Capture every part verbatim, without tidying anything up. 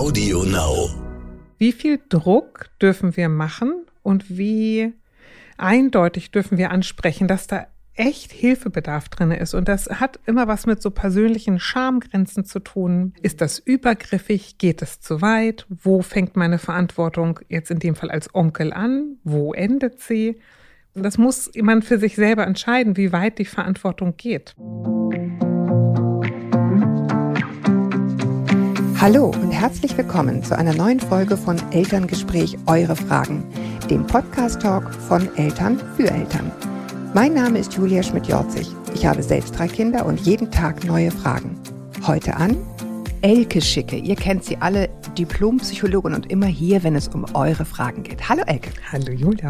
Audio Now. Wie viel Druck dürfen wir machen und wie eindeutig dürfen wir ansprechen, dass da echt Hilfebedarf drin ist? Und das hat immer was mit so persönlichen Schamgrenzen zu tun. Ist das übergriffig? Geht es zu weit? Wo fängt meine Verantwortung jetzt in dem Fall als Onkel an? Wo endet sie? Das muss man für sich selber entscheiden, wie weit die Verantwortung geht. Hallo und herzlich willkommen zu einer neuen Folge von Elterngespräch Eure Fragen, dem Podcast-Talk von Eltern für Eltern. Mein Name ist Julia Schmidt-Jorzig. Ich habe selbst drei Kinder und jeden Tag neue Fragen. Heute an Elke Schicke. Ihr kennt sie alle, Diplompsychologin und immer hier, wenn es um eure Fragen geht. Hallo Elke. Hallo Julia.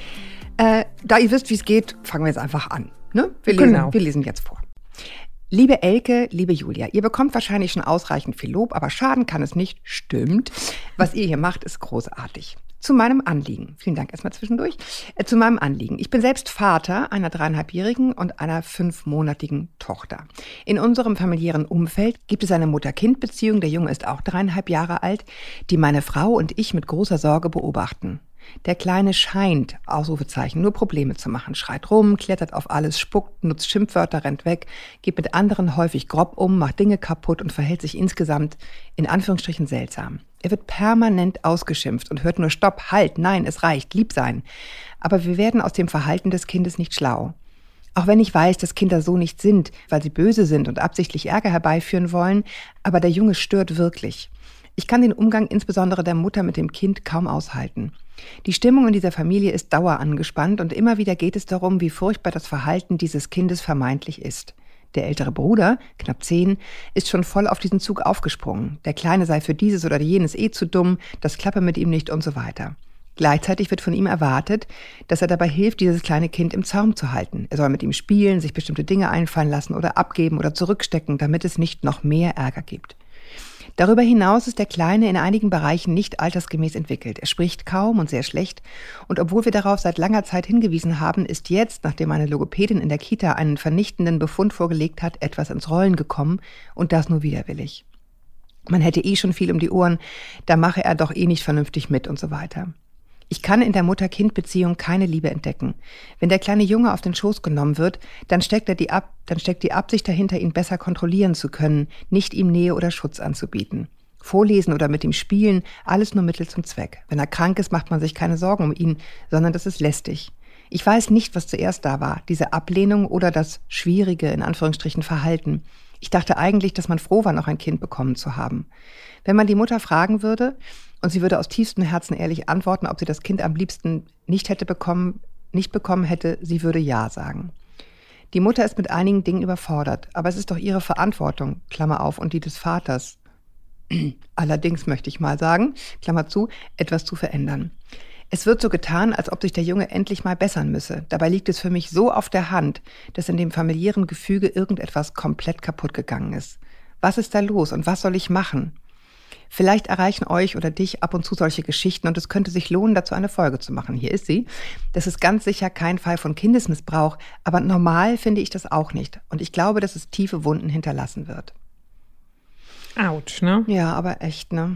Äh, da ihr wisst, wie es geht, fangen wir jetzt einfach an. Ne? Wir, lesen, Genau. wir lesen jetzt vor. Liebe Elke, liebe Julia, ihr bekommt wahrscheinlich schon ausreichend viel Lob, aber schaden kann es nicht. Stimmt. Was ihr hier macht, ist großartig. Zu meinem Anliegen. Vielen Dank erstmal zwischendurch. Äh, zu meinem Anliegen. Ich bin selbst Vater einer dreieinhalbjährigen und einer fünfmonatigen Tochter. In unserem familiären Umfeld gibt es eine Mutter-Kind-Beziehung, der Junge ist auch dreieinhalb Jahre alt, die meine Frau und ich mit großer Sorge beobachten. Der Kleine scheint, Ausrufezeichen, nur Probleme zu machen, schreit rum, klettert auf alles, spuckt, nutzt Schimpfwörter, rennt weg, geht mit anderen häufig grob um, macht Dinge kaputt und verhält sich insgesamt in Anführungsstrichen seltsam. Er wird permanent ausgeschimpft und hört nur Stopp, Halt, nein, es reicht, lieb sein. Aber wir werden aus dem Verhalten des Kindes nicht schlau. Auch wenn ich weiß, dass Kinder so nicht sind, weil sie böse sind und absichtlich Ärger herbeiführen wollen, aber der Junge stört wirklich. Ich kann den Umgang insbesondere der Mutter mit dem Kind kaum aushalten. Die Stimmung in dieser Familie ist dauerangespannt und immer wieder geht es darum, wie furchtbar das Verhalten dieses Kindes vermeintlich ist. Der ältere Bruder, knapp zehn, ist schon voll auf diesen Zug aufgesprungen. Der Kleine sei für dieses oder jenes eh zu dumm, das klappe mit ihm nicht und so weiter. Gleichzeitig wird von ihm erwartet, dass er dabei hilft, dieses kleine Kind im Zaum zu halten. Er soll mit ihm spielen, sich bestimmte Dinge einfallen lassen oder abgeben oder zurückstecken, damit es nicht noch mehr Ärger gibt. Darüber hinaus ist der Kleine in einigen Bereichen nicht altersgemäß entwickelt. Er spricht kaum und sehr schlecht. Und obwohl wir darauf seit langer Zeit hingewiesen haben, ist jetzt, nachdem eine Logopädin in der Kita einen vernichtenden Befund vorgelegt hat, etwas ins Rollen gekommen und das nur widerwillig. Man hätte eh schon viel um die Ohren, da mache er doch eh nicht vernünftig mit und so weiter. Ich kann in der Mutter-Kind-Beziehung keine Liebe entdecken. Wenn der kleine Junge auf den Schoß genommen wird, dann steckt er die Ab- dann steckt die Absicht dahinter, ihn besser kontrollieren zu können, nicht ihm Nähe oder Schutz anzubieten. Vorlesen oder mit ihm spielen, alles nur Mittel zum Zweck. Wenn er krank ist, macht man sich keine Sorgen um ihn, sondern das ist lästig. Ich weiß nicht, was zuerst da war, diese Ablehnung oder das schwierige, in Anführungsstrichen, Verhalten. Ich dachte eigentlich, dass man froh war, noch ein Kind bekommen zu haben. Wenn man die Mutter fragen würde, und sie würde aus tiefstem Herzen ehrlich antworten, ob sie das Kind am liebsten nicht hätte bekommen, nicht bekommen hätte, sie würde Ja sagen. Die Mutter ist mit einigen Dingen überfordert, aber es ist doch ihre Verantwortung, Klammer auf, und die des Vaters. Allerdings möchte ich mal sagen, Klammer zu, etwas zu verändern. Es wird so getan, als ob sich der Junge endlich mal bessern müsse. Dabei liegt es für mich so auf der Hand, dass in dem familiären Gefüge irgendetwas komplett kaputt gegangen ist. Was ist da los und was soll ich machen? Vielleicht erreichen euch oder dich ab und zu solche Geschichten und es könnte sich lohnen, dazu eine Folge zu machen. Hier ist sie. Das ist ganz sicher kein Fall von Kindesmissbrauch, aber normal finde ich das auch nicht. Und ich glaube, dass es tiefe Wunden hinterlassen wird. Autsch, ne? Ja, aber echt, ne?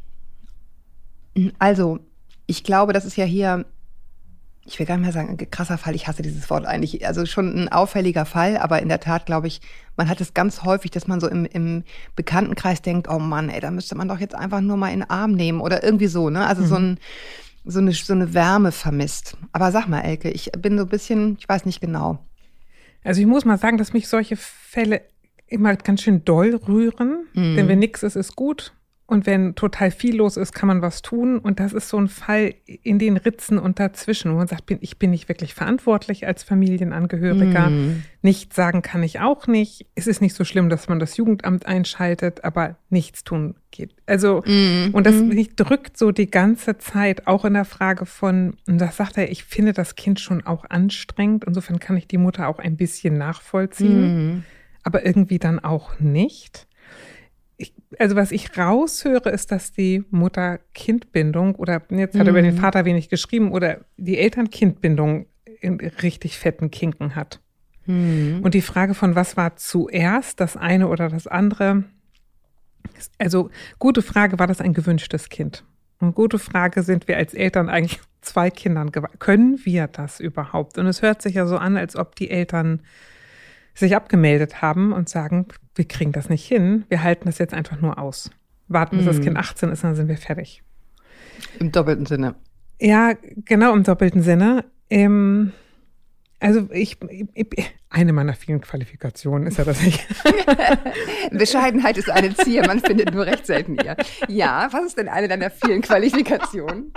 Also, ich glaube, das ist ja hier, ich will gar nicht mehr sagen, ein krasser Fall, ich hasse dieses Wort eigentlich, also schon ein auffälliger Fall, aber in der Tat glaube ich, man hat es ganz häufig, dass man so im, im Bekanntenkreis denkt, oh Mann, ey, da müsste man doch jetzt einfach nur mal in den Arm nehmen oder irgendwie so, ne? Also mhm. so, ein, so, eine, so eine Wärme vermisst. Aber sag mal, Elke, ich bin so ein bisschen, ich weiß nicht genau. Also ich muss mal sagen, dass mich solche Fälle immer ganz schön doll rühren, mhm. denn wenn nichts ist, ist gut. Und wenn total viel los ist, kann man was tun. Und das ist so ein Fall in den Ritzen und dazwischen, wo man sagt, ich bin nicht wirklich verantwortlich als Familienangehöriger. Mm. Nichts sagen kann ich auch nicht. Es ist nicht so schlimm, dass man das Jugendamt einschaltet, aber nichts tun geht. Also, mm. und das mm. drückt so die ganze Zeit, auch in der Frage von, und das sagt er, ich finde das Kind schon auch anstrengend. Insofern kann ich die Mutter auch ein bisschen nachvollziehen, mm. aber irgendwie dann auch nicht. Ich, also was ich raushöre, ist, dass die Mutter-Kind-Bindung oder jetzt hat er mhm. über den Vater wenig geschrieben oder die Eltern-Kind-Bindung in richtig fetten Kinken hat. Mhm. Und die Frage von was war zuerst, das eine oder das andere, Also, gute Frage, war das ein gewünschtes Kind? Und gute Frage, sind wir als Eltern eigentlich zwei Kindern gewachsen? Können wir das überhaupt? Und es hört sich ja so an, als ob die Eltern sich abgemeldet haben und sagen, wir kriegen das nicht hin, wir halten das jetzt einfach nur aus. Warten, bis mm. das Kind achtzehn ist, dann sind wir fertig. Im doppelten Sinne. Ja, genau, im doppelten Sinne. Ähm, also ich, ich, eine meiner vielen Qualifikationen ist ja, dass ich... Bescheidenheit ist eine Zier, man findet nur recht selten ihr. Ja, was ist denn eine deiner vielen Qualifikationen?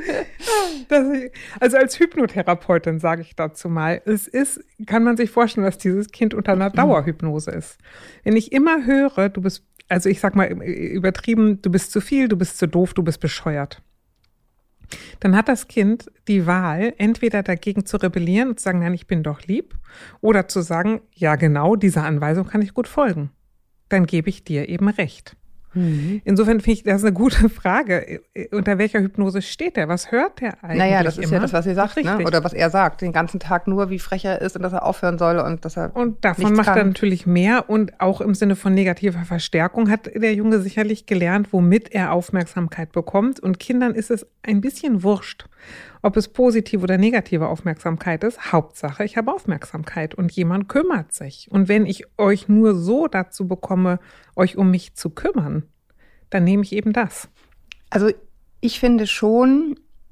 Das ich, also als Hypnotherapeutin sage ich dazu mal, es ist, kann man sich vorstellen, dass dieses Kind unter einer Dauerhypnose ist. Wenn ich immer höre, du bist, also ich sag mal übertrieben, du bist zu viel, du bist zu doof, du bist bescheuert, dann hat das Kind die Wahl, entweder dagegen zu rebellieren und zu sagen, nein, ich bin doch lieb, oder zu sagen, ja genau, dieser Anweisung kann ich gut folgen. Dann gebe ich dir eben recht. Mhm. Insofern finde ich, das ist eine gute Frage. Unter welcher Hypnose steht er? Was hört der eigentlich? Naja, das ist immer? ja das, was ihr sagt, ne? Oder was er sagt. Den ganzen Tag nur, wie frech er ist und dass er aufhören soll und dass er Und davon macht kann. Er natürlich mehr. Und auch im Sinne von negativer Verstärkung hat der Junge sicherlich gelernt, womit er Aufmerksamkeit bekommt. Und Kindern ist es ein bisschen wurscht, ob es positive oder negative Aufmerksamkeit ist. Hauptsache, ich habe Aufmerksamkeit und jemand kümmert sich. Und wenn ich euch nur so dazu bekomme, euch um mich zu kümmern, dann nehme ich eben das. Also ich finde schon,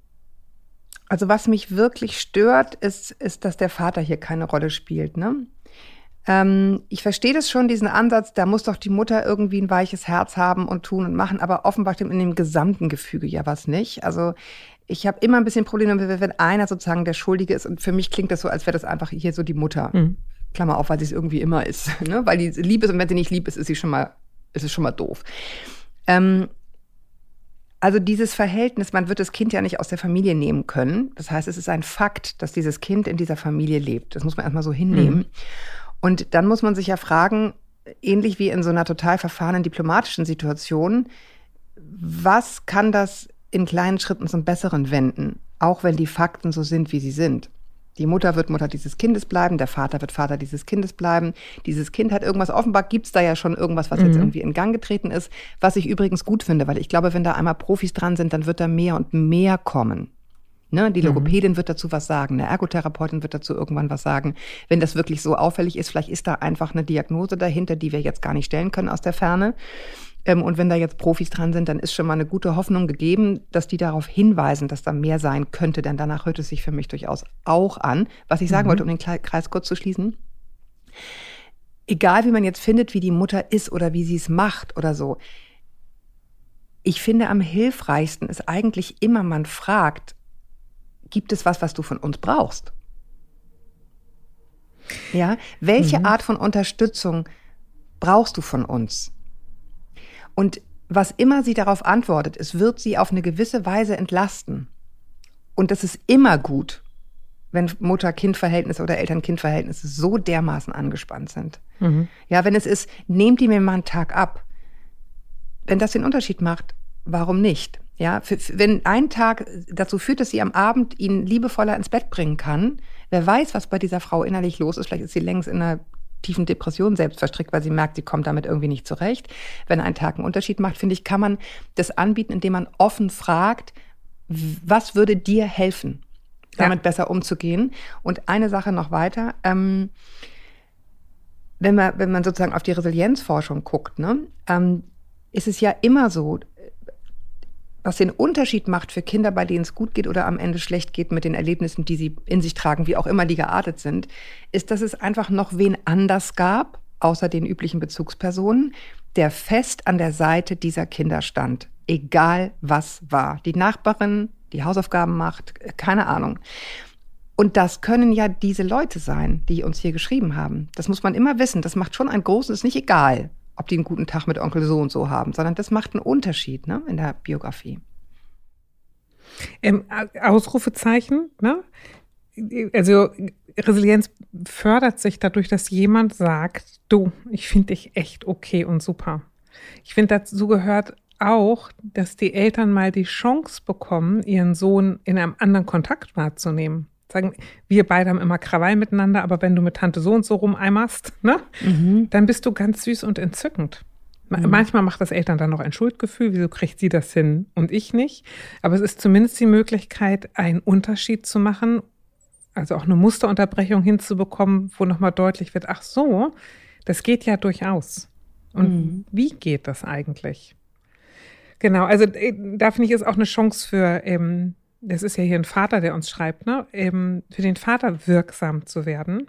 also was mich wirklich stört, ist, ist, dass der Vater hier keine Rolle spielt, ne? Ähm, ich verstehe das schon, diesen Ansatz, da muss doch die Mutter irgendwie ein weiches Herz haben und tun und machen, aber offenbar stimmt in dem gesamten Gefüge ja was nicht. Also ich habe immer ein bisschen Probleme, wenn einer sozusagen der Schuldige ist, und für mich klingt das so, als wäre das einfach hier so die Mutter. Mhm. Klammer auf, weil sie es irgendwie immer ist, ne? Weil die lieb ist, und wenn sie nicht lieb ist, ist sie schon mal, ist es schon mal doof. Ähm, also dieses Verhältnis, man wird das Kind ja nicht aus der Familie nehmen können. Das heißt, es ist ein Fakt, dass dieses Kind in dieser Familie lebt. Das muss man erstmal so hinnehmen. Mhm. Und dann muss man sich ja fragen, ähnlich wie in so einer total verfahrenen diplomatischen Situation, was kann das in kleinen Schritten zum Besseren wenden, auch wenn die Fakten so sind, wie sie sind. Die Mutter wird Mutter dieses Kindes bleiben, der Vater wird Vater dieses Kindes bleiben. Dieses Kind hat irgendwas, offenbar gibt es da ja schon irgendwas, was mhm. jetzt irgendwie in Gang getreten ist, was ich übrigens gut finde, weil ich glaube, wenn da einmal Profis dran sind, dann wird da mehr und mehr kommen. Ne? Die Logopädin mhm. wird dazu was sagen, eine Ergotherapeutin wird dazu irgendwann was sagen. Wenn das wirklich so auffällig ist, vielleicht ist da einfach eine Diagnose dahinter, die wir jetzt gar nicht stellen können aus der Ferne. Und wenn da jetzt Profis dran sind, dann ist schon mal eine gute Hoffnung gegeben, dass die darauf hinweisen, dass da mehr sein könnte. Denn danach hört es sich für mich durchaus auch an. Was ich sagen mhm. wollte, um den Kreis kurz zu schließen. Egal, wie man jetzt findet, wie die Mutter ist oder wie sie es macht oder so. Ich finde, am hilfreichsten ist eigentlich immer, man fragt, gibt es was, was du von uns brauchst? Ja, welche mhm. Art von Unterstützung brauchst du von uns? Und was immer sie darauf antwortet, es wird sie auf eine gewisse Weise entlasten. Und das ist immer gut, wenn Mutter-Kind-Verhältnisse oder Eltern-Kind-Verhältnisse so dermaßen angespannt sind. Mhm. Ja, wenn es ist, nehmt ihr mir mal einen Tag ab. Wenn das den Unterschied macht, warum nicht? Ja, für, wenn ein Tag dazu führt, dass sie am Abend ihn liebevoller ins Bett bringen kann, wer weiß, was bei dieser Frau innerlich los ist. Vielleicht ist sie längst in einer tiefen Depression selbst verstrickt, weil sie merkt, sie kommt damit irgendwie nicht zurecht. Wenn ein Tag einen Unterschied macht, finde ich, kann man das anbieten, indem man offen fragt, was würde dir helfen, damit ja. besser umzugehen? Und eine Sache noch weiter, ähm, wenn man, wenn man sozusagen auf die Resilienzforschung guckt, ne, ähm, ist es ja immer so, was den Unterschied macht für Kinder, bei denen es gut geht oder am Ende schlecht geht mit den Erlebnissen, die sie in sich tragen, wie auch immer die geartet sind, ist, dass es einfach noch wen anders gab, außer den üblichen Bezugspersonen, der fest an der Seite dieser Kinder stand. Egal was war. Die Nachbarin, die Hausaufgaben macht, keine Ahnung. Und das können ja diese Leute sein, die uns hier geschrieben haben. Das muss man immer wissen. Das macht schon einen großen, ist nicht egal, ob die einen guten Tag mit Onkel so und so haben, sondern das macht einen Unterschied, ne, in der Biografie. Ähm, Ausrufezeichen, ne? Also Resilienz fördert sich dadurch, dass jemand sagt, du, ich finde dich echt okay und super. Ich finde, dazu gehört auch, dass die Eltern mal die Chance bekommen, ihren Sohn in einem anderen Kontakt wahrzunehmen. Sagen, wir beide haben immer Krawall miteinander, aber wenn du mit Tante so und so rumeimerst, ne, mhm. dann bist du ganz süß und entzückend. Mhm. Manchmal macht das Eltern dann noch ein Schuldgefühl, wieso kriegt sie das hin und ich nicht? Aber es ist zumindest die Möglichkeit, einen Unterschied zu machen, also auch eine Musterunterbrechung hinzubekommen, wo nochmal deutlich wird, ach so, das geht ja durchaus. Und mhm. wie geht das eigentlich? Genau, also da finde ich, ist auch eine Chance für, ähm, das ist ja hier ein Vater, der uns schreibt, ne, ähm, für den Vater wirksam zu werden.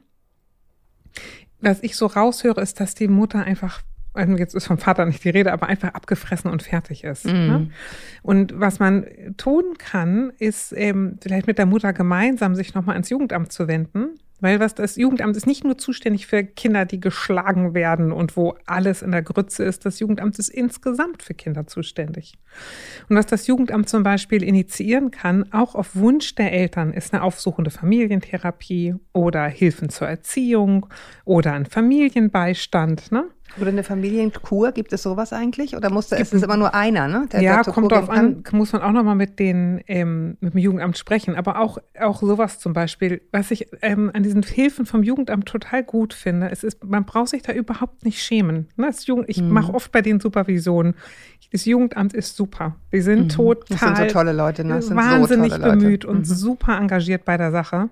Was ich so raushöre, ist, dass die Mutter einfach, jetzt ist vom Vater nicht die Rede, aber einfach abgefressen und fertig ist. Mhm. Ne? Und was man tun kann, ist ähm, vielleicht mit der Mutter gemeinsam sich nochmal ans Jugendamt zu wenden. Weil was das Jugendamt ist nicht nur zuständig für Kinder, die geschlagen werden und wo alles in der Grütze ist. Das Jugendamt ist insgesamt für Kinder zuständig. Und was das Jugendamt zum Beispiel initiieren kann, auch auf Wunsch der Eltern, ist eine aufsuchende Familientherapie oder Hilfen zur Erziehung oder ein Familienbeistand, ne? Oder eine Familienkur, gibt es sowas eigentlich? Oder muss da, ist es immer nur einer, ne? Der ja, kommt drauf an, muss man auch nochmal mit den, ähm, mit dem Jugendamt sprechen. Aber auch, auch sowas zum Beispiel, was ich ähm, an diesen Hilfen vom Jugendamt total gut finde, es ist, man braucht sich da überhaupt nicht schämen. Ne? Das Jugend, ich mhm. mache oft bei den Supervisionen, das Jugendamt ist super. Die sind mhm. total das sind so tolle Leute, ne? Das sind wahnsinnig so tolle bemüht Leute. und mhm. super engagiert bei der Sache.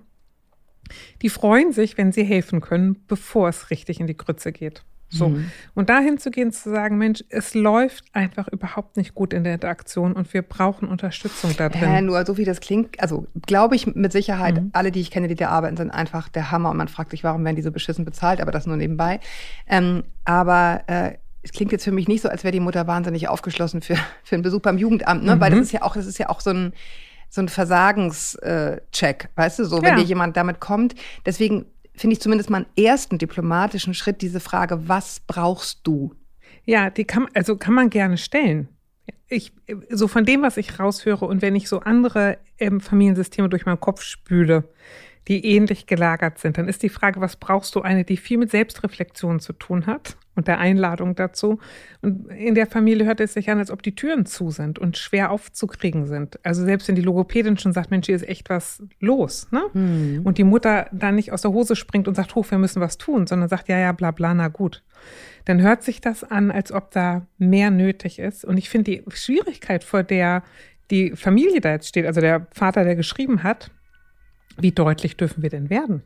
Die freuen sich, wenn sie helfen können, bevor es richtig in die Grütze geht. So. Mhm. Und dahin zu gehen, zu sagen, Mensch, es läuft einfach überhaupt nicht gut in der Interaktion und wir brauchen Unterstützung da drin. Äh, nur so wie das klingt, also glaube ich mit Sicherheit, mhm. alle, die ich kenne, die da arbeiten, sind einfach der Hammer und man fragt sich, warum werden die so beschissen bezahlt, aber das nur nebenbei. Ähm, aber äh, es klingt jetzt für mich nicht so, als wäre die Mutter wahnsinnig aufgeschlossen für, für einen Besuch beim Jugendamt, ne? Mhm. Weil das ist ja auch, das ist ja auch so ein, so ein Versagenscheck, weißt du, so, wenn ja. dir jemand damit kommt. Deswegen finde ich zumindest mal einen ersten diplomatischen Schritt, diese Frage, was brauchst du? Ja, die kann, also kann man gerne stellen. Ich, so von dem, was ich raushöre und wenn ich so andere ähm, Familiensysteme durch meinen Kopf spüle, die ähnlich gelagert sind, dann ist die Frage, was brauchst du? Eine, die viel mit Selbstreflexion zu tun hat und der Einladung dazu. Und in der Familie hört es sich an, als ob die Türen zu sind und schwer aufzukriegen sind. Also selbst wenn die Logopädin schon sagt, Mensch, hier ist echt was los, ne? Mhm. Und die Mutter dann nicht aus der Hose springt und sagt, hoch, wir müssen was tun, sondern sagt, ja, ja, bla, bla, na gut. Dann hört sich das an, als ob da mehr nötig ist. Und ich finde die Schwierigkeit, vor der die Familie da jetzt steht, also der Vater, der geschrieben hat, wie deutlich dürfen wir denn werden?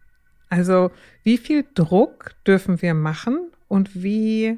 Also wie viel Druck dürfen wir machen und wie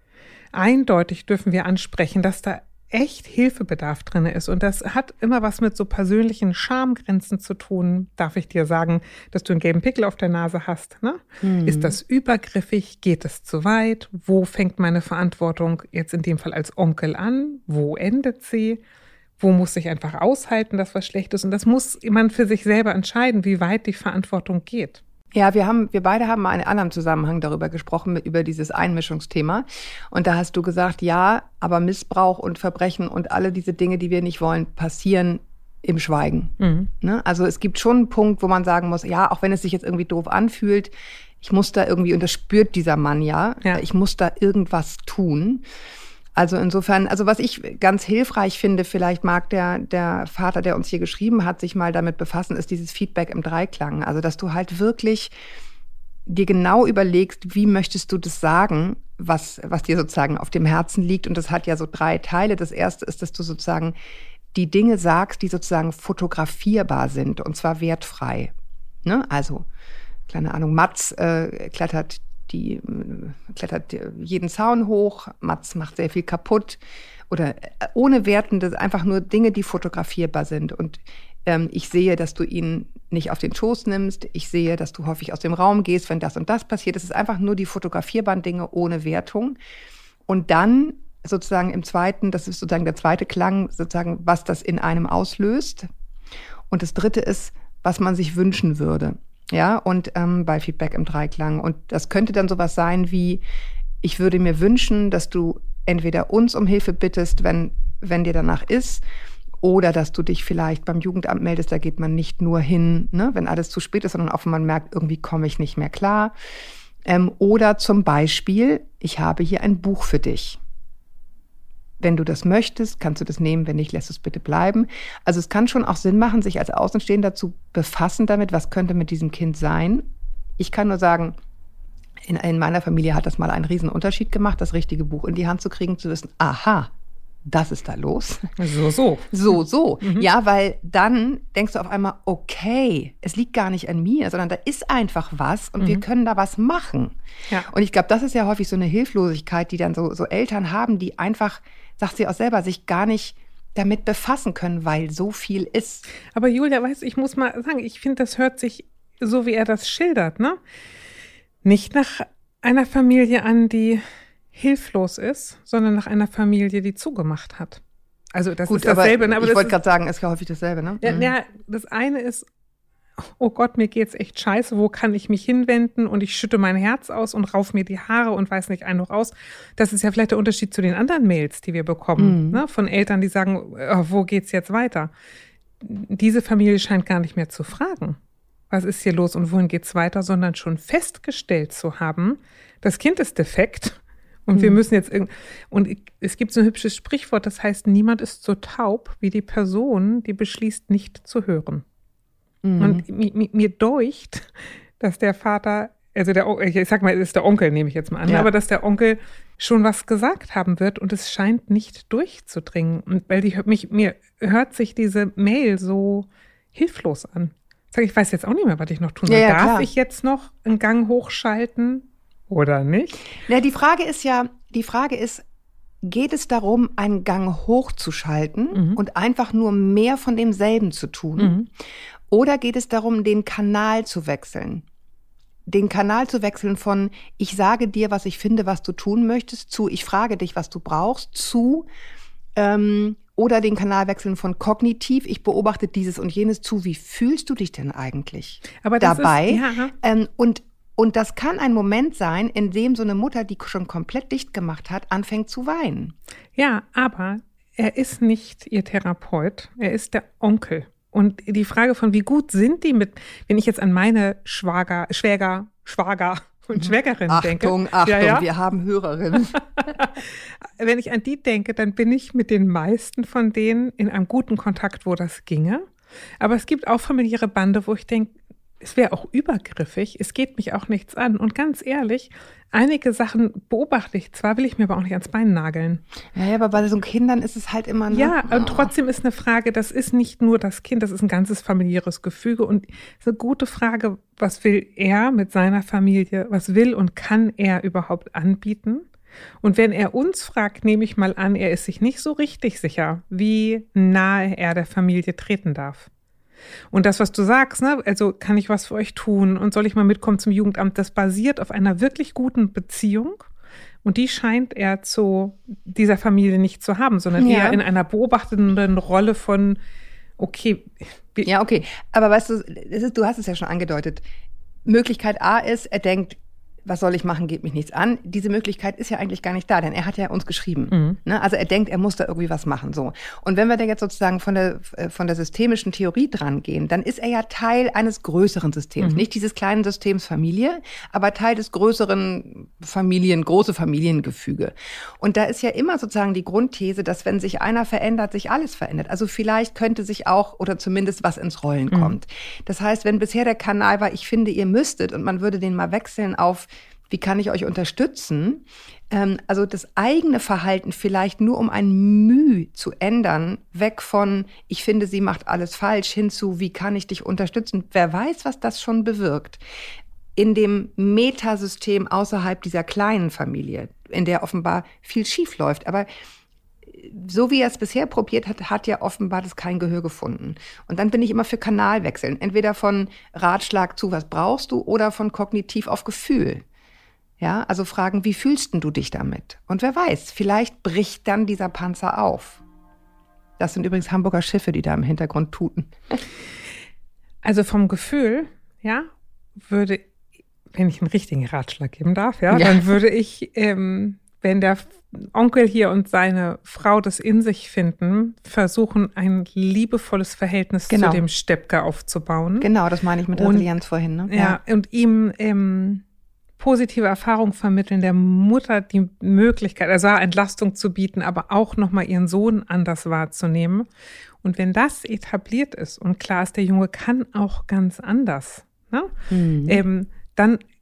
eindeutig dürfen wir ansprechen, dass da echt Hilfebedarf drin ist. Und das hat immer was mit so persönlichen Schamgrenzen zu tun. Darf ich dir sagen, dass du einen gelben Pickel auf der Nase hast? Ne? Hm. Ist das übergriffig? Geht es zu weit? Wo fängt meine Verantwortung jetzt in dem Fall als Onkel an? Wo endet sie? Wo muss ich einfach aushalten, dass was schlecht ist? Und das muss man für sich selber entscheiden, wie weit die Verantwortung geht. Ja, wir haben, wir beide haben mal in einem anderen Zusammenhang darüber gesprochen, über dieses Einmischungsthema. Und da hast du gesagt, ja, aber Missbrauch und Verbrechen und alle diese Dinge, die wir nicht wollen, passieren im Schweigen. Mhm. Ne? Also es gibt schon einen Punkt, wo man sagen muss, ja, auch wenn es sich jetzt irgendwie doof anfühlt, ich muss da irgendwie, und das spürt dieser Mann ja, ja. ich muss da irgendwas tun. Also insofern, also was ich ganz hilfreich finde, vielleicht mag der, der Vater, der uns hier geschrieben hat, sich mal damit befassen, ist dieses Feedback im Dreiklang. Also dass du halt wirklich dir genau überlegst, wie möchtest du das sagen, was, was dir sozusagen auf dem Herzen liegt. Und das hat ja so drei Teile. Das erste ist, dass du sozusagen die Dinge sagst, die sozusagen fotografierbar sind und zwar wertfrei. Ne? Also, keine Ahnung, Mats äh, klettert Die klettert jeden Zaun hoch, Mats macht sehr viel kaputt oder ohne Wertende, einfach nur Dinge, die fotografierbar sind. Und ähm, ich sehe, dass du ihn nicht auf den Schoß nimmst, ich sehe, dass du häufig aus dem Raum gehst, wenn das und das passiert. Es ist einfach nur die fotografierbaren Dinge ohne Wertung. Und dann sozusagen im zweiten, das ist sozusagen der zweite Klang, sozusagen, was das in einem auslöst. Und das dritte ist, was man sich wünschen würde. Ja, und ähm, bei Feedback im Dreiklang. Und das könnte dann sowas sein wie, ich würde mir wünschen, dass du entweder uns um Hilfe bittest, wenn, wenn dir danach ist, oder dass du dich vielleicht beim Jugendamt meldest, da geht man nicht nur hin, ne, wenn alles zu spät ist, sondern auch wenn man merkt, irgendwie komme ich nicht mehr klar. Ähm, oder zum Beispiel, ich habe hier ein Buch für dich. Wenn du das möchtest, kannst du das nehmen, wenn nicht, lässt es bitte bleiben. Also es kann schon auch Sinn machen, sich als Außenstehender zu befassen damit, was könnte mit diesem Kind sein. Ich kann nur sagen, In, in meiner Familie hat das mal einen riesen Unterschied gemacht, das richtige Buch in die Hand zu kriegen, zu wissen, aha, das ist da los. So, so. So, so. Mhm. Ja, weil dann denkst du auf einmal, okay, es liegt gar nicht an mir, sondern da ist einfach was und mhm. wir können da was machen. Ja. Und ich glaube, das ist ja häufig so eine Hilflosigkeit, die dann so, so Eltern haben, die einfach, sagt sie auch selber, sich gar nicht damit befassen können, weil so viel ist. Aber Julia, weißt du, ich muss mal sagen, ich finde, das hört sich, so wie er das schildert, ne? Nicht nach einer Familie an, die hilflos ist, sondern nach einer Familie, die zugemacht hat. Also das Gut, ist dasselbe. Aber aber ich das wollte ist, gerade sagen, ist ja häufig dasselbe, ne? Ja, mhm. ja, das eine ist, oh Gott, mir geht's echt scheiße, wo kann ich mich hinwenden? Und ich schütte mein Herz aus und rauf mir die Haare und weiß nicht ein noch aus. Das ist ja vielleicht der Unterschied zu den anderen Mails, die wir bekommen, mhm. ne? Von Eltern, die sagen, oh, wo geht's jetzt weiter? Diese Familie scheint gar nicht mehr zu fragen, was ist hier los und wohin geht's weiter, sondern schon festgestellt zu haben, das Kind ist defekt. Und wir müssen jetzt irgendwie, und es gibt so ein hübsches Sprichwort, das heißt, niemand ist so taub wie die Person, die beschließt, nicht zu hören. Mhm. Und mir, mir deucht, dass der Vater, also der, ich sag mal, es ist der Onkel, nehme ich jetzt mal an, ja. aber dass der Onkel schon was gesagt haben wird und es scheint nicht durchzudringen. Und weil die, mich, mir hört sich diese Mail so hilflos an. Sag ich, weiß jetzt auch nicht mehr, was ich noch tun soll. Ja, ja, Darf klar. ich jetzt noch einen Gang hochschalten? Oder nicht? Na, die Frage ist ja, die Frage ist, geht es darum, einen Gang hochzuschalten mhm. und einfach nur mehr von demselben zu tun? Mhm. Oder geht es darum, den Kanal zu wechseln? Den Kanal zu wechseln von, ich sage dir, was ich finde, was du tun möchtest, zu, ich frage dich, was du brauchst, zu, ähm, oder den Kanal wechseln von kognitiv, ich beobachte dieses und jenes, zu, wie fühlst du dich denn eigentlich Aber das dabei? Ist, ja. ähm, und Und das kann ein Moment sein, in dem so eine Mutter, die schon komplett dicht gemacht hat, anfängt zu weinen. Ja, aber er ist nicht ihr Therapeut, er ist der Onkel. Und die Frage von, wie gut sind die mit, wenn ich jetzt an meine Schwager, Schwäger, Schwager und Schwägerin Achtung, denke. Achtung, Achtung, ja, ja. wir haben Hörerinnen. Wenn ich an die denke, dann bin ich mit den meisten von denen in einem guten Kontakt, wo das ginge. Aber es gibt auch familiäre Bande, wo ich denke, es wäre auch übergriffig, es geht mich auch nichts an. Und ganz ehrlich, einige Sachen beobachte ich zwar, will ich mir aber auch nicht ans Bein nageln. Naja, aber bei so Kindern ist es halt immer... Ne? Ja, oh. und trotzdem ist eine Frage, das ist nicht nur das Kind, das ist ein ganzes familiäres Gefüge. Und es ist eine gute Frage, was will er mit seiner Familie, was will und kann er überhaupt anbieten? Und wenn er uns fragt, nehme ich mal an, er ist sich nicht so richtig sicher, wie nahe er der Familie treten darf. Und das, was du sagst, ne, also kann ich was für euch tun und soll ich mal mitkommen zum Jugendamt, das basiert auf einer wirklich guten Beziehung und die scheint er zu dieser Familie nicht zu haben, sondern ja. eher in einer beobachtenden Rolle von, okay. Ja, okay, aber weißt du, das ist, du hast es ja schon angedeutet, Möglichkeit A ist, er denkt, was soll ich machen, geht mich nichts an. Diese Möglichkeit ist ja eigentlich gar nicht da, denn er hat ja uns geschrieben. Mhm. Ne? Also er denkt, er muss da irgendwie was machen. So. Und wenn wir da jetzt sozusagen von der, von der systemischen Theorie dran gehen, dann ist er ja Teil eines größeren Systems. Mhm. Nicht dieses kleinen Systems Familie, aber Teil des größeren Familien, große Familiengefüge. Und da ist ja immer sozusagen die Grundthese, dass wenn sich einer verändert, sich alles verändert. Also vielleicht könnte sich auch oder zumindest was ins Rollen mhm. kommt. Das heißt, wenn bisher der Kanal war, ich finde, ihr müsstet und man würde den mal wechseln auf wie kann ich euch unterstützen? Ähm, also das eigene Verhalten vielleicht nur um ein Mühe zu ändern, weg von, ich finde, sie macht alles falsch, hin zu, wie kann ich dich unterstützen? Wer weiß, was das schon bewirkt. In dem Metasystem außerhalb dieser kleinen Familie, in der offenbar viel schief läuft. Aber so wie er es bisher probiert hat, hat ja offenbar das kein Gehör gefunden. Und dann bin ich immer für Kanal wechseln. Entweder von Ratschlag zu, was brauchst du, oder von kognitiv auf Gefühl. Ja, also fragen, wie fühlst denn du dich damit? Und wer weiß, vielleicht bricht dann dieser Panzer auf. Das sind übrigens Hamburger Schiffe, die da im Hintergrund tuten. Also vom Gefühl, ja, würde, wenn ich einen richtigen Ratschlag geben darf, ja, ja. dann würde ich, ähm, wenn der Onkel hier und seine Frau das in sich finden, versuchen, ein liebevolles Verhältnis genau. zu dem Steppke aufzubauen. Genau, das meine ich mit Resilienz vorhin. Ne? Ja, ja, und ihm ähm, positive Erfahrung vermitteln, der Mutter die Möglichkeit, also Entlastung zu bieten, aber auch nochmal ihren Sohn anders wahrzunehmen. Und wenn das etabliert ist und klar ist, der Junge kann auch ganz anders, ne? Mhm. ähm, dann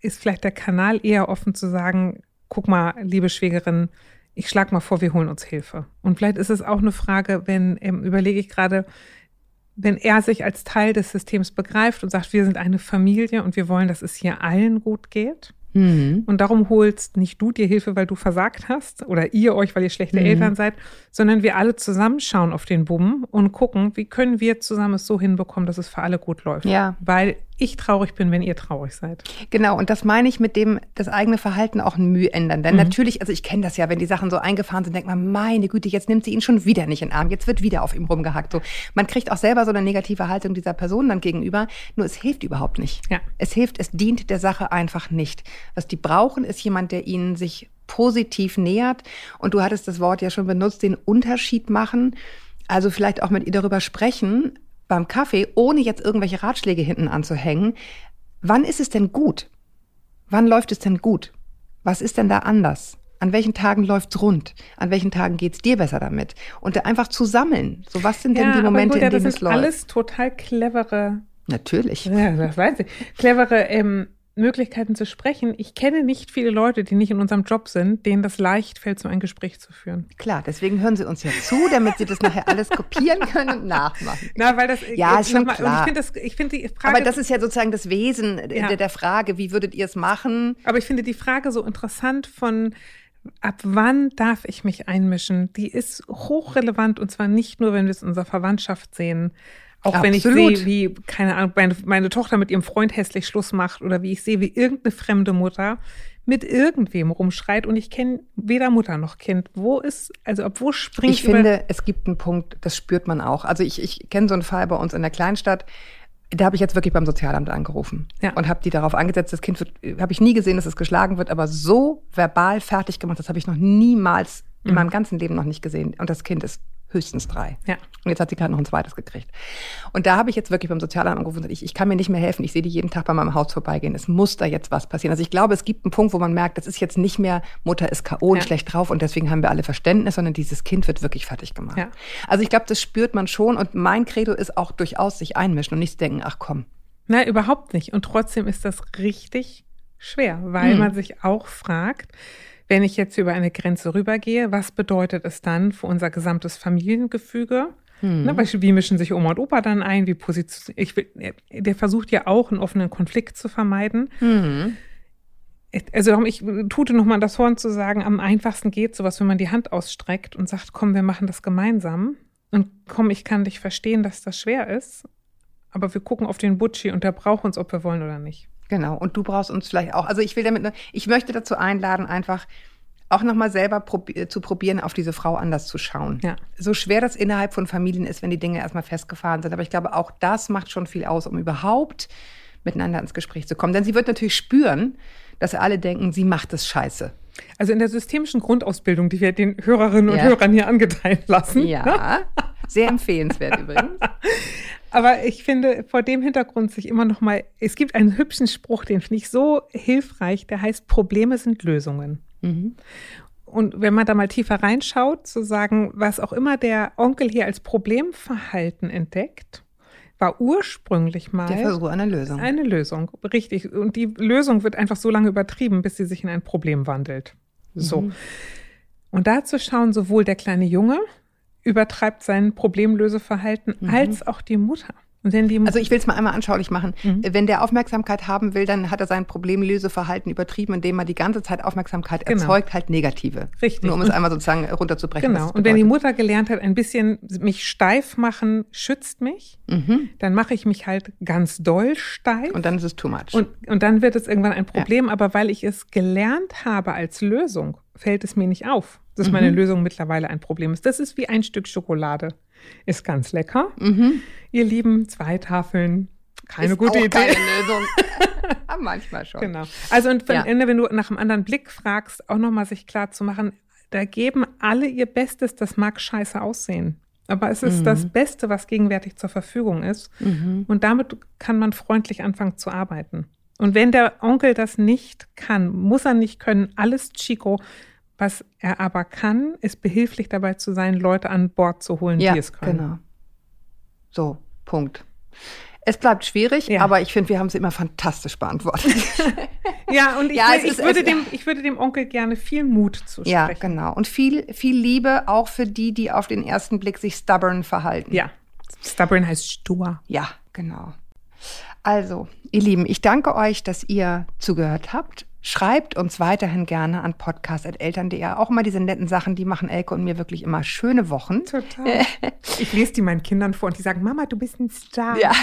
ist vielleicht der Kanal eher offen zu sagen, guck mal, liebe Schwägerin, ich schlage mal vor, wir holen uns Hilfe. Und vielleicht ist es auch eine Frage, wenn, ähm, überlege ich gerade, wenn er sich als Teil des Systems begreift und sagt, wir sind eine Familie und wir wollen, dass es hier allen gut geht. Mhm. Und darum holst nicht du dir Hilfe, weil du versagt hast oder ihr euch, weil ihr schlechte mhm. Eltern seid, sondern wir alle zusammen schauen auf den Buben und gucken, wie können wir zusammen es so hinbekommen, dass es für alle gut läuft. Ja. Weil ich traurig bin, wenn ihr traurig seid. Genau, und das meine ich mit dem, das eigene Verhalten auch ein Mühe ändern. Denn mhm. natürlich, also ich kenne das ja, wenn die Sachen so eingefahren sind, denkt man, meine Güte, jetzt nimmt sie ihn schon wieder nicht in den Arm, jetzt wird wieder auf ihm rumgehackt. So, man kriegt auch selber so eine negative Haltung dieser Person dann gegenüber, nur es hilft überhaupt nicht. Ja. Es hilft, es dient der Sache einfach nicht. Was die brauchen, ist jemand, der ihnen sich positiv nähert. Und du hattest das Wort ja schon benutzt, den Unterschied machen. Also vielleicht auch mit ihr darüber sprechen, beim Kaffee, ohne jetzt irgendwelche Ratschläge hinten anzuhängen. Wann ist es denn gut? Wann läuft es denn gut? Was ist denn da anders? An welchen Tagen läuft's rund? An welchen Tagen geht's dir besser damit? Und da einfach zu sammeln. So, was sind denn ja, die Momente, aber gut, ja, in denen es läuft? Das sind alles total clevere. Natürlich. Ja, das weiß ich. Clevere ähm, Möglichkeiten zu sprechen. Ich kenne nicht viele Leute, die nicht in unserem Job sind, denen das leicht fällt, so ein Gespräch zu führen. Klar, deswegen hören sie uns ja zu, damit sie das nachher alles kopieren können und nachmachen. Na, weil das ja, ist schon mal, klar. Und ich finde das, ich finde die Frage. Aber das ist ja sozusagen das Wesen ja. der, der Frage, wie würdet ihr es machen? Aber ich finde die Frage so interessant von, ab wann darf ich mich einmischen? Die ist hochrelevant und zwar nicht nur, wenn wir es in unserer Verwandtschaft sehen. Auch Absolut. Wenn ich sehe, wie, keine Ahnung, meine, meine Tochter mit ihrem Freund hässlich Schluss macht oder wie ich sehe, wie irgendeine fremde Mutter mit irgendwem rumschreit und ich kenne weder Mutter noch Kind. Wo ist, also ab wo springt Ich finde, es gibt einen Punkt, das spürt man auch. Also ich, ich kenne so einen Fall bei uns in der Kleinstadt, da habe ich jetzt wirklich beim Sozialamt angerufen ja. und habe die darauf angesetzt, das Kind wird, habe ich nie gesehen, dass es geschlagen wird, aber so verbal fertig gemacht, das habe ich noch niemals in mhm. meinem ganzen Leben noch nicht gesehen. Und das Kind ist höchstens drei. Ja. Und jetzt hat sie gerade noch ein zweites gekriegt. Und da habe ich jetzt wirklich beim Sozialamt angerufen und gesagt, ich, ich kann mir nicht mehr helfen. Ich sehe die jeden Tag bei meinem Haus vorbeigehen. Es muss da jetzt was passieren. Also ich glaube, es gibt einen Punkt, wo man merkt, das ist jetzt nicht mehr, Mutter ist K O und ja. schlecht drauf und deswegen haben wir alle Verständnis, sondern dieses Kind wird wirklich fertig gemacht. Ja. Also ich glaube, das spürt man schon und mein Credo ist auch durchaus sich einmischen und nicht denken, ach komm. Nein, überhaupt nicht. Und trotzdem ist das richtig schwer, weil hm. man sich auch fragt, wenn ich jetzt über eine Grenze rübergehe, was bedeutet es dann für unser gesamtes Familiengefüge? Hm. Ne, wie mischen sich Oma und Opa dann ein? Wie position- ich will, der versucht ja auch, einen offenen Konflikt zu vermeiden. Hm. Also darum, ich tute nochmal das Horn zu sagen, am einfachsten geht sowas, wenn man die Hand ausstreckt und sagt, komm, wir machen das gemeinsam. Und komm, ich kann dich verstehen, dass das schwer ist, aber wir gucken auf den Butschi und der braucht uns, ob wir wollen oder nicht. Genau, und du brauchst uns vielleicht auch. Also ich will damit, ich möchte dazu einladen, einfach auch nochmal selber probi- zu probieren, auf diese Frau anders zu schauen. Ja. So schwer das innerhalb von Familien ist, wenn die Dinge erstmal festgefahren sind. Aber ich glaube, auch das macht schon viel aus, um überhaupt miteinander ins Gespräch zu kommen. Denn sie wird natürlich spüren, dass alle denken, sie macht es scheiße. Also in der systemischen Grundausbildung, die wir den Hörerinnen und ja. Hörern hier angedeihen lassen. Ja, sehr empfehlenswert übrigens. Aber ich finde, vor dem Hintergrund sich immer noch mal, es gibt einen hübschen Spruch, den finde ich so hilfreich, der heißt, Probleme sind Lösungen. Mhm. Und wenn man da mal tiefer reinschaut, zu sagen, was auch immer der Onkel hier als Problemverhalten entdeckt, war ursprünglich mal der Versuch einer Lösung. Eine Lösung, richtig. Und die Lösung wird einfach so lange übertrieben, bis sie sich in ein Problem wandelt. So. Mhm. Und da zu schauen, sowohl der kleine Junge übertreibt sein Problemlöseverhalten, mhm. als auch die Mutter. Und wenn die also ich will es mal einmal anschaulich machen. Mhm. Wenn der Aufmerksamkeit haben will, dann hat er sein Problemlöseverhalten übertrieben, indem er die ganze Zeit Aufmerksamkeit genau. erzeugt, halt negative. Richtig. Nur um es einmal sozusagen runterzubrechen. Genau. Und wenn die Mutter gelernt hat, ein bisschen mich steif machen, schützt mich, mhm. dann mache ich mich halt ganz doll steif. Und dann ist es too much. Und, und dann wird es irgendwann ein Problem. Ja. Aber weil ich es gelernt habe als Lösung, fällt es mir nicht auf, dass mhm. meine Lösung mittlerweile ein Problem ist. Das ist wie ein Stück Schokolade. Ist ganz lecker. Mhm. Ihr Lieben, zwei Tafeln, keine ist gute auch Idee. Keine Lösung. Aber manchmal schon. Genau. Also und am ja. Ende, wenn du nach einem anderen Blick fragst, auch nochmal sich klar zu machen, da geben alle ihr Bestes, das mag scheiße aussehen. Aber es ist mhm. das Beste, was gegenwärtig zur Verfügung ist. Mhm. Und damit kann man freundlich anfangen zu arbeiten. Und wenn der Onkel das nicht kann, muss er nicht können, alles Chico. Was er aber kann, ist behilflich dabei zu sein, Leute an Bord zu holen, ja, die es können. Genau. So, Punkt. Es bleibt schwierig, Ja. aber ich finde, wir haben sie immer fantastisch beantwortet. Ja, und ich, Ja, will- es ich, ist- würde es- dem, ich würde dem Onkel gerne viel Mut zusprechen. Ja, genau. Und viel, viel Liebe auch für die, die auf den ersten Blick sich stubborn verhalten. Ja, stubborn heißt stur. Ja, genau. Also, ihr Lieben, ich danke euch, dass ihr zugehört habt. Schreibt uns weiterhin gerne an podcast at eltern punkt de. Auch immer diese netten Sachen, die machen Elke und mir wirklich immer schöne Wochen. Total. Ich lese die meinen Kindern vor und die sagen, Mama, du bist ein Star. Ja.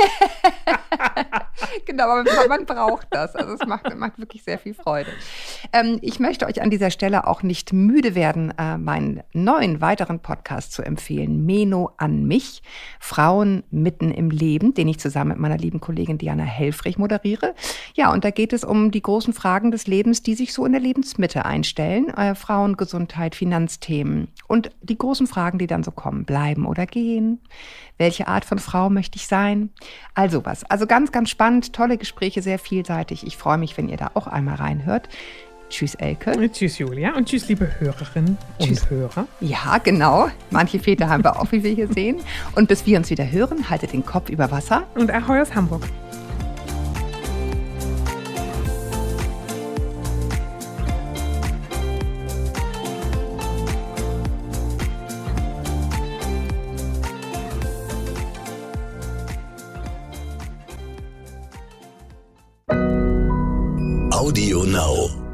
Genau, aber man braucht das. Also es macht, macht wirklich sehr viel Freude. Ähm, ich möchte euch an dieser Stelle auch nicht müde werden, äh, meinen neuen weiteren Podcast zu empfehlen. Meno an mich, Frauen mitten im Leben, den ich zusammen mit meiner lieben Kollegin Diana Helfrich moderiere. Ja, und da geht es um die großen Fragen des Lebens, die sich so in der Lebensmitte einstellen. Äh, Frauen, Gesundheit, Finanzthemen und die großen Fragen, die dann so kommen. Bleiben oder gehen? Welche Art von Frau möchte ich sein? Also was. Also ganz, ganz spannend, tolle Gespräche, sehr vielseitig. Ich freue mich, wenn ihr da auch einmal reinhört. Tschüss, Elke. Tschüss, Julia. Und tschüss, liebe Hörerinnen Tschüss. und Hörer. Ja, genau. Manche Väter haben wir auch, wie wir hier sehen. Und bis wir uns wieder hören, haltet den Kopf über Wasser. Und Ahoi aus Hamburg. Audio Now.